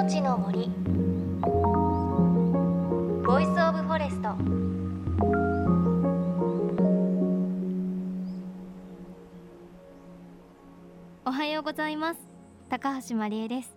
命の森ボイスオブフォレスト。おはようございます。高橋真理恵です。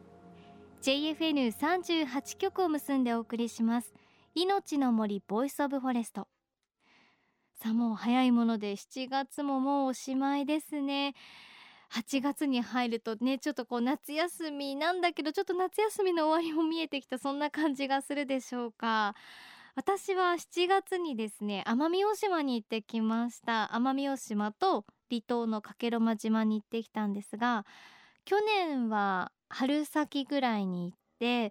JFN38 局を結んでお送りします命の森ボイスオブフォレスト。さあ、もう早いもので7月ももうおしまいですね。8月に入るとね、ちょっとこう夏休みなんだけど、ちょっと夏休みの終わりも見えてきた、そんな感じがするでしょうか。私は7月にですね、奄美大島に行ってきました。奄美大島と離島の加計呂麻島に行ってきたんですが、去年は春先ぐらいに行って、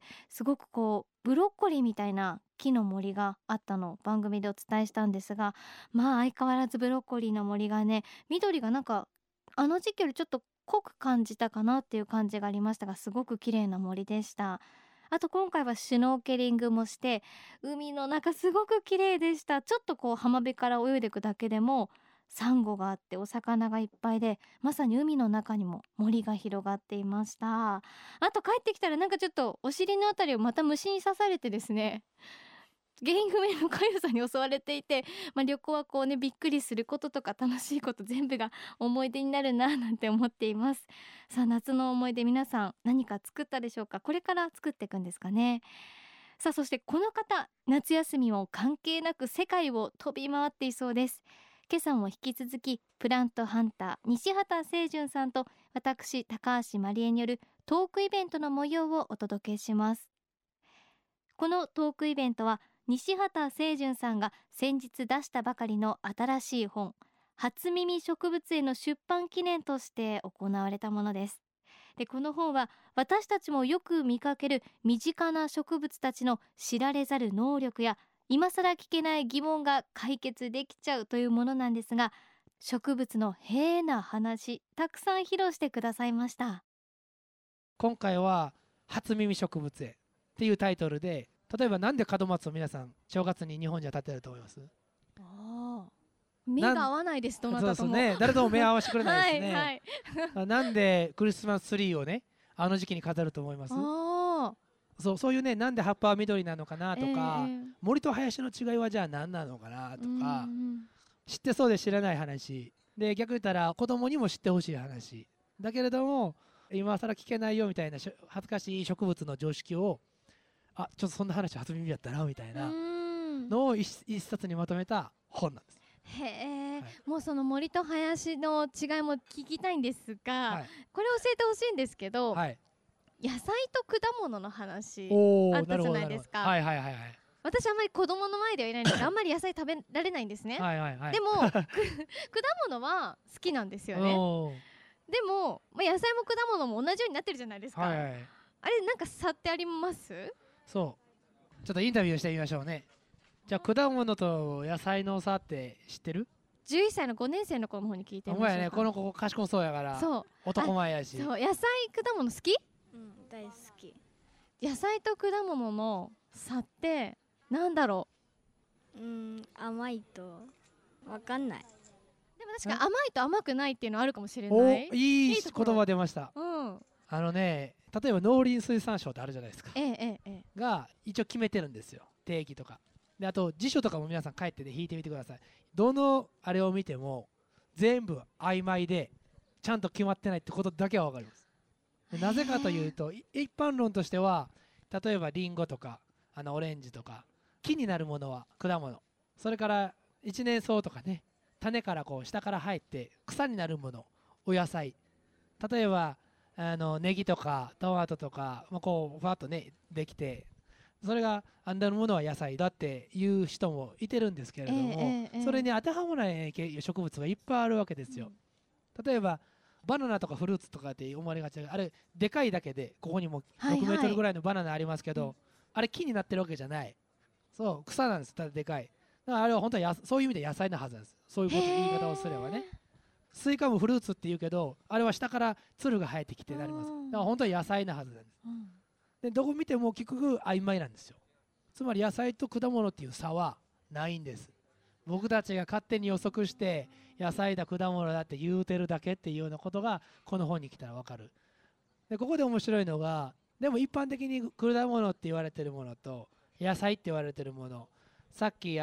すごくこうブロッコリーみたいな木の森があったのを番組でお伝えしたんですが、まあ相変わらずブロッコリーの森がね、緑がなんかあの時期よりちょっと濃く感じたかなっていう感じがありましたが、すごく綺麗な森でした。あと今回はシュノーケリングもして、海の中すごく綺麗でした。ちょっとこう浜辺から泳いでいくだけでもサンゴがあってお魚がいっぱいで、まさに海の中にも森が広がっていました。あと帰ってきたらなんかちょっとお尻のあたりをまた虫に刺されてですね、原因不明の痒さに襲われていて、旅行はこうね、びっくりすることとか楽しいこと全部が思い出になるななんて思っています。さあ、夏の思い出皆さん何か作ったでしょうか。これから作っていくんですかね。さあ、そしてこの方、夏休みも関係なく世界を飛び回っていそうです。今朝も引き続きプラントハンター西畑清純さんと私高橋真理恵によるトークイベントの模様をお届けします。このトークイベントは西畑清純さんが先日出したばかりの新しい本、初耳植物園の出版記念として行われたものです。で、この本は私たちもよく見かける身近な植物たちの知られざる能力や今更聞けない疑問が解決できちゃうというものなんですが、植物のへーな話たくさん披露してくださいました。 今回は初耳植物園っていうタイトルで、例えばなんで門松を皆さん正月に日本じゃ立てると思います？ 目が合わないです。どなたとも。 そうですね、誰とも目合わせてくれないですね。 はいはい、 なんでクリスマスツリーをね、あの時期に飾ると思います？そういうね、なんで葉っぱは緑なのかなとか、森と林の違いはじゃあ何なのかなとか、知ってそうで知らない話で、逆に言ったら子供にも知ってほしい話だけれども今更聞けないよみたいな恥ずかしい植物の常識を、ちょっとそんな話初耳やったなみたいなのを一冊にまとめた本なんです。 へえ、はい、もうその森と林の違いも聞きたいんですが、はい、これ教えてほしいんですけど、はい、野菜と果物の話あったじゃないですか。私あんまり子供の前ではいないんですがあんまり野菜食べられないんですね。でも果物は好きなんですよね。でも、野菜も果物も同じようになってるじゃないですか。あれなんか差ってあります？ そうちょっとインタビューしてみましょうね。じゃあ果物と野菜の差って知ってる ？11歳の5年生の子の方に聞いてみましょうか。 お前ね、この子賢そうやから男前やし。 そう、野菜果物好き？ 大好き。 野菜と果物の差ってなんだろう？甘いと分かんない。 でも確かに甘いと甘くないっていうのあるかもしれない。 いい言葉出ました。ね、例えば農林水産省ってあるじゃないですか、が一応決めてるんですよ、定義とかで。あと辞書とかも皆さん帰ってで引いてみてください。どのあれを見ても全部曖昧でちゃんと決まってないってことだけは分かります。なぜかというと、一般論としては例えばリンゴとかオレンジとか木になるものは果物、それから一年草とかね、種からこう下から生えて草になるものお野菜、例えばネギとかトマトとか、こうふわっとねできて、それがあんなものは野菜だっていう人もいてるんですけれども、それに当てはまらない植物がいっぱいあるわけですよ。例えばバナナとかフルーツとかって思われがちだけど、あれでかいだけでここにも6メートルぐらいのバナナありますけど、あれ木になってるわけじゃない、そう草なんです。ただでかいだから、あれは本当はそういう意味で野菜のはずなんです。そういう言い方をすればね。スイカもフルーツって言うけど、あれは下からつるが生えてきてなります。だから本当は野菜なはずなんです。でどこ見ても結局曖昧なんですよ。つまり野菜と果物っていう差はないんです。僕たちが勝手に予測して野菜だ果物だって言うてるだけっていうようなことがこの本に来たら分かる。でここで面白いのが、 でも一般的に果物って言われてるものと野菜って言われてるもの、さっき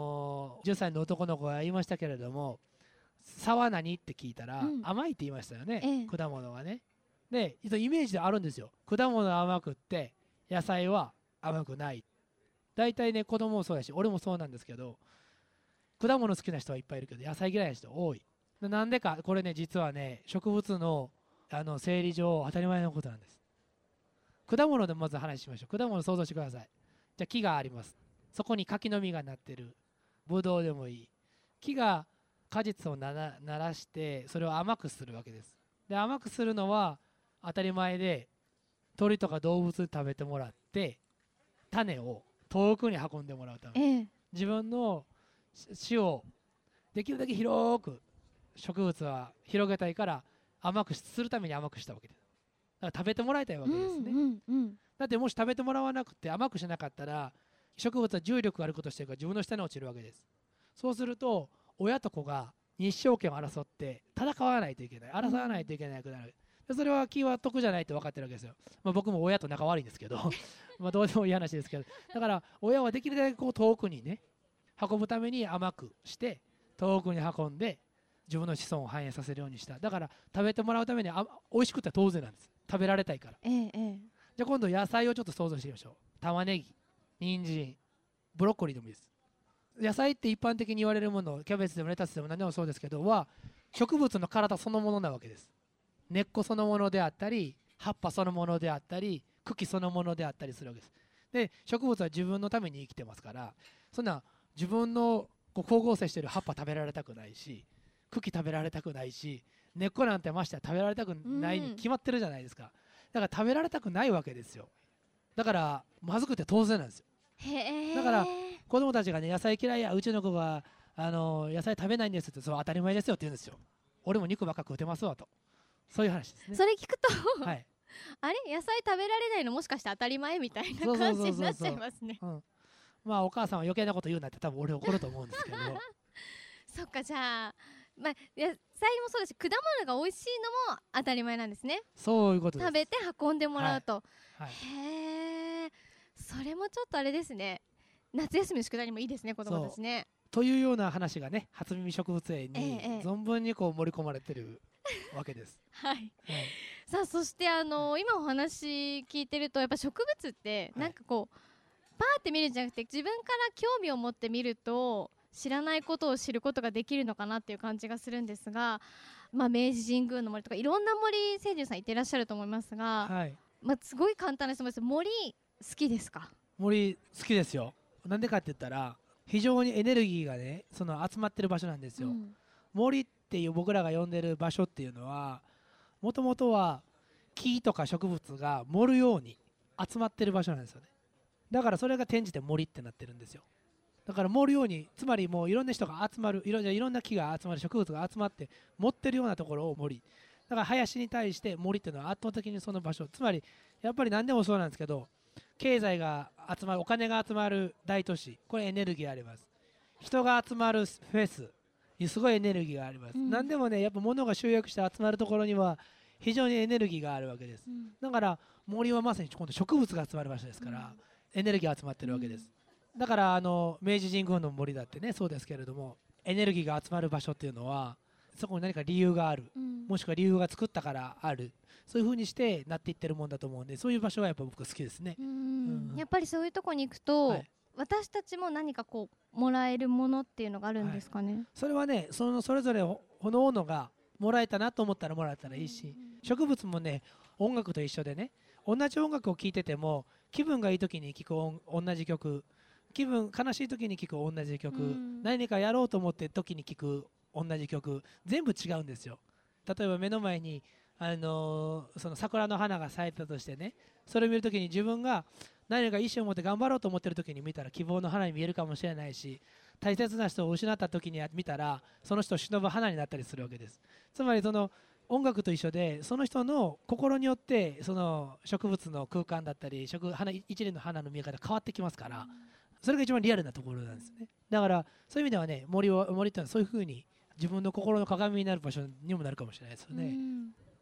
10歳の男の子が言いましたけれども、差は何って聞いたら、甘いって言いましたよね、果物はね。でイメージであるんですよ。果物は甘くって野菜は甘くない。大体ね、子供もそうだし俺もそうなんですけど、果物好きな人はいっぱいいるけど野菜嫌いな人多い。なんでか、これね実はね植物の生理上当たり前のことなんです。果物でまず話しましょう。果物想像してください。じゃあ木があります。そこに柿の実がなってる。ブドウでもいい。木が果実をならしてそれを甘くするわけです。で甘くするのは当たり前で、鳥とか動物に食べてもらって種を遠くに運んでもらうため、自分の種をできるだけ広く植物は広げたいから甘くするために甘くしたわけです。だから食べてもらいたいわけですね。だってもし食べてもらわなくて甘くしなかったら、植物は重力があることしてるから自分の下に落ちるわけです。そうすると親と子が日照権を争って戦わないといけない、争わないといけなくなる。でそれは木は得じゃないと分かってるわけですよ。僕も親と仲悪いんですけどどうでもいい話ですけど、だから親はできるだけこう遠くにね運ぶために甘くして遠くに運んで自分の子孫を繁栄させるようにした。だから食べてもらうために美味しくて当然なんです。食べられたいから。じゃあ今度野菜をちょっと想像してみましょう。玉ねぎ、人参、ブロッコリーでもいいです。野菜って一般的に言われるもの、キャベツでもレタスでも何でもそうですけどは植物の体そのものなわけです。根っこそのものであったり葉っぱそのものであったり茎そのものであったりするわけです。で植物は自分のために生きてますから、そんな自分の光合成している葉っぱ食べられたくないし、茎食べられたくないし、根っこなんてましては食べられたくないに決まってるじゃないですか。だから食べられたくないわけですよ。だからまずくて当然なんですよ。だから子供たちがね野菜嫌いや、うちの子が野菜食べないんですって、そう当たり前ですよって言うんですよ。俺も肉ばっか食うてますわと、そういう話ですね。 それ聞くとはい、 あれ野菜食べられないのもしかして当たり前みたいな感じになっちゃいますね。 まあお母さんは余計なこと言うなって多分俺怒ると思うんですけどそっか、じゃあ、野菜もそうだし果物が美味しいのも当たり前なんですね。 そういうことです。 食べて運んでもらうと、 へえ、それもちょっとあれですね。夏休みの宿題にもいいですね、子供たちね。 というような話がね、初耳植物園に存分にこう盛り込まれてるわけです。 はい、さあそして今お話聞いてるとやっぱ植物ってなんかこう、パーって見るんじゃなくて自分から興味を持って見ると知らないことを知ることができるのかなっていう感じがするんですが、明治神宮の森とかいろんな森、清流さんいってらっしゃると思いますが、すごい簡単な質問です。森好きですか？ 森好きですよ。なんでかって言ったら非常にエネルギーがねその集まってる場所なんですよ。森っていう僕らが呼んでる場所っていうのはもともとは木とか植物が盛るように集まってる場所なんですよね。だからそれが転じて森ってなってるんですよ。だから盛るように、つまりもういろんな人が集まる、いろんな木が集まる、植物が集まって持ってるようなところを森。だから林に対して森っていうのは圧倒的にその場所、つまりやっぱり何でもそうなんですけど、経済が集まる、お金が集まる大都市、これエネルギーあります。人が集まるフェス、すごいエネルギーがあります。何でもね、やっぱ物が集約して集まるところには非常にエネルギーがあるわけです。だから森はまさに今度植物が集まる場所ですから、エネルギーが集まってるわけです。だから明治神宮の森だってねそうですけれども、エネルギーが集まる場所っていうのはそこに何か理由がある、もしくは理由が作ったからある、そういう風にしてなっていってるもんだと思うんで、そういう場所はやっぱ僕好きですね。 やっぱりそういうとこに行くと、私たちも何かこうもらえるものっていうのがあるんですかね。 それはねそれぞれおのおのがもらえたなと思ったらもらったらいいし、植物もね音楽と一緒でね、同じ音楽を聴いてても気分がいい時に聴く同じ曲、悲しい時に聴く同じ曲、何かやろうと思って時に聴く同じ曲、全部違うんですよ。例えば目の前にその桜の花が咲いたとしてね、それを見る時に自分が何か意思を持って頑張ろうと思ってる時に見たら希望の花に見えるかもしれないし、大切な人を失った時に見たらその人を忍ぶ花になったりするわけです。つまりその音楽と一緒で、その人の心によってその植物の空間だったり一輪の花の見え方変わってきますから、それが一番リアルなところなんですね。だからそういう意味ではね、森っていうのはそういう風に自分の心の鏡になる場所にもなるかもしれないですよね。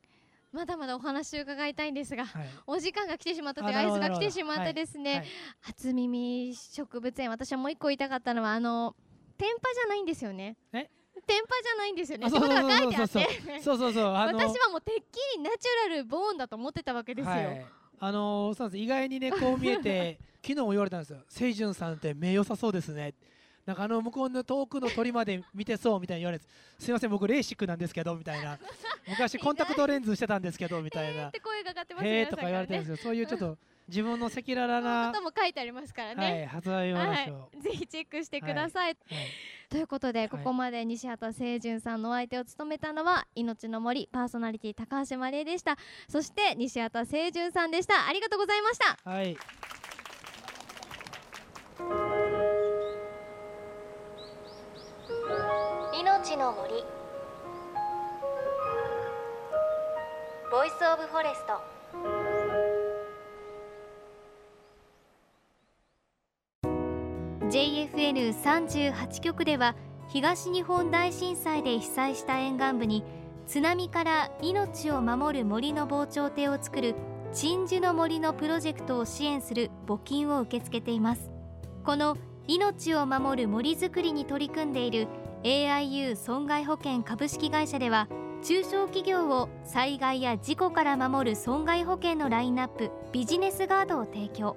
まだまだお話を伺いたいんですが、 はい、 お時間が来てしまったという合図が来てしまってですね、初耳植物園、私はもう一個言いたかったのは天パじゃないんですよね。天パじゃないんですよね。ってことが書いてあって、そう私はもうてっきりナチュラルボーンだと思ってたわけですよ。 そうなんです。意外にねこう見えて昨日も言われたんですよ。清純さんって目良さそうですね。なんか向こうの遠くの鳥まで見てそうみたいに言われて、すいません僕レーシックなんですけどみたいな、昔コンタクトレンズしてたんですけどみたいなって声がかかってますね。 へーとか言われてるんですけど、そういうちょっと自分の赤裸々なことも書いてありますからね。 はい、発売話を、 ぜひチェックしてください。ということで、ここまで西畑清純さんのお相手を務めたのは命の森パーソナリティ高橋真理恵でした。そして西畑清純さんでした。ありがとうございました。 はい。 命の森ボイスオブフォレスト。JFN38 局では東日本大震災で被災した沿岸部に津波から命を守る森の防潮堤を作る鎮守の森のプロジェクトを支援する募金を受け付けています。この命を守る森づくりに取り組んでいる AIU 損害保険株式会社では、中小企業を災害や事故から守る損害保険のラインナップビジネスガードを提供。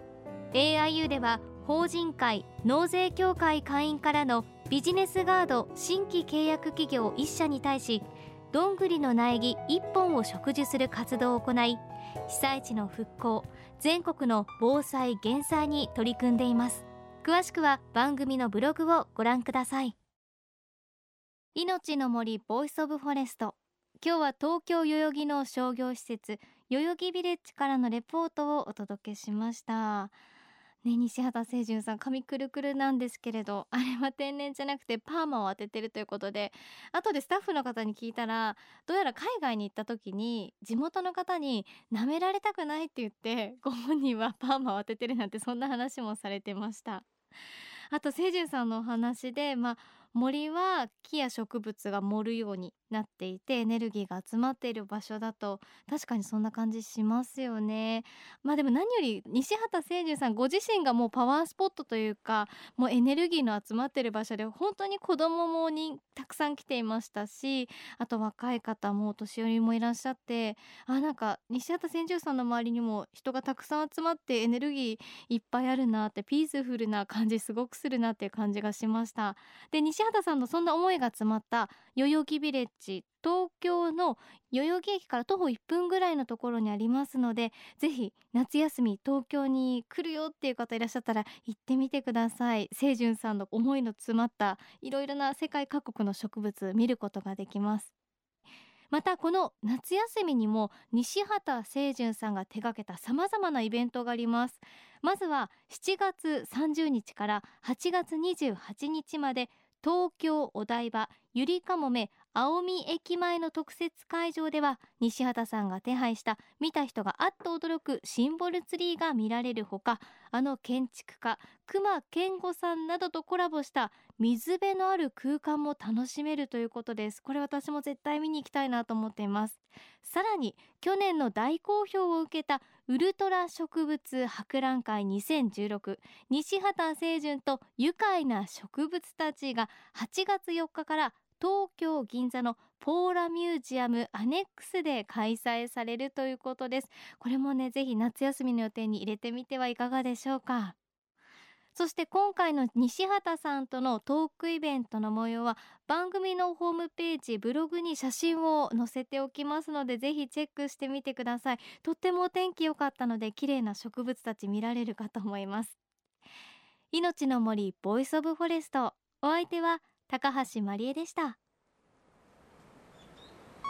AIU では法人会納税協会会員からのビジネスガード新規契約企業1社に対し、どんぐりの苗木1本を植樹する活動を行い、被災地の復興、全国の防災減災に取り組んでいます。詳しくは番組のブログをご覧ください。命の森ボイスオブフォレスト、今日は東京代々木の商業施設代々木ビレッジからのレポートをお届けしましたね。西畑清純さん、髪くるくるなんですけれど、あれは天然じゃなくてパーマを当ててるということで、後でスタッフの方に聞いたら、どうやら海外に行った時に地元の方に舐められたくないって言ってご本人はパーマを当ててるなんて、そんな話もされてました。あと清純さんのお話で、森は木や植物が盛るようになっていてエネルギーが集まっている場所だと、確かにそんな感じしますよね。でも何より西畑清純さんご自身がもうパワースポットというか、もうエネルギーの集まっている場所で、本当に子供もたくさん来ていましたし、あと若い方もお年寄りもいらっしゃって、なんか西畑清純さんの周りにも人がたくさん集まってエネルギーいっぱいあるなって、ピースフルな感じすごくするなっていう感じがしました。で、西畑さんのそんな思いが詰まった代々木ビレッジ、東京の代々木駅から徒歩1分ぐらいのところにありますので、ぜひ夏休み東京に来るよっていう方いらっしゃったら行ってみてください。清純さんの思いの詰まったいろいろな世界各国の植物見ることができます。またこの夏休みにも西畑清純さんが手掛けたさまざまなイベントがあります。まずは7月30日から8月28日まで、東京お台場ゆりかもめ青海駅前の特設会場では、西畑さんが手配した見た人があっと驚くシンボルツリーが見られるほか、建築家隈研吾さんなどとコラボした水辺のある空間も楽しめるということです。これ私も絶対見に行きたいなと思っています。さらに去年の大好評を受けたウルトラ植物博覧会2016、西畑清純と愉快な植物たちが8月4日から東京銀座のポーラミュージアムアネックスで開催されるということです。これもね、ぜひ夏休みの予定に入れてみてはいかがでしょうか。そして今回の西畑さんとのトークイベントの模様は番組のホームページブログに写真を載せておきますので、ぜひチェックしてみてください。とってもお天気良かったので綺麗な植物たち見られるかと思います。命の森ボイスオブフォレスト、お相手は高橋真理恵でした。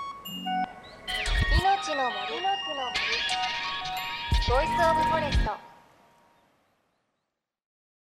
命の森ボイスオブフォレスト。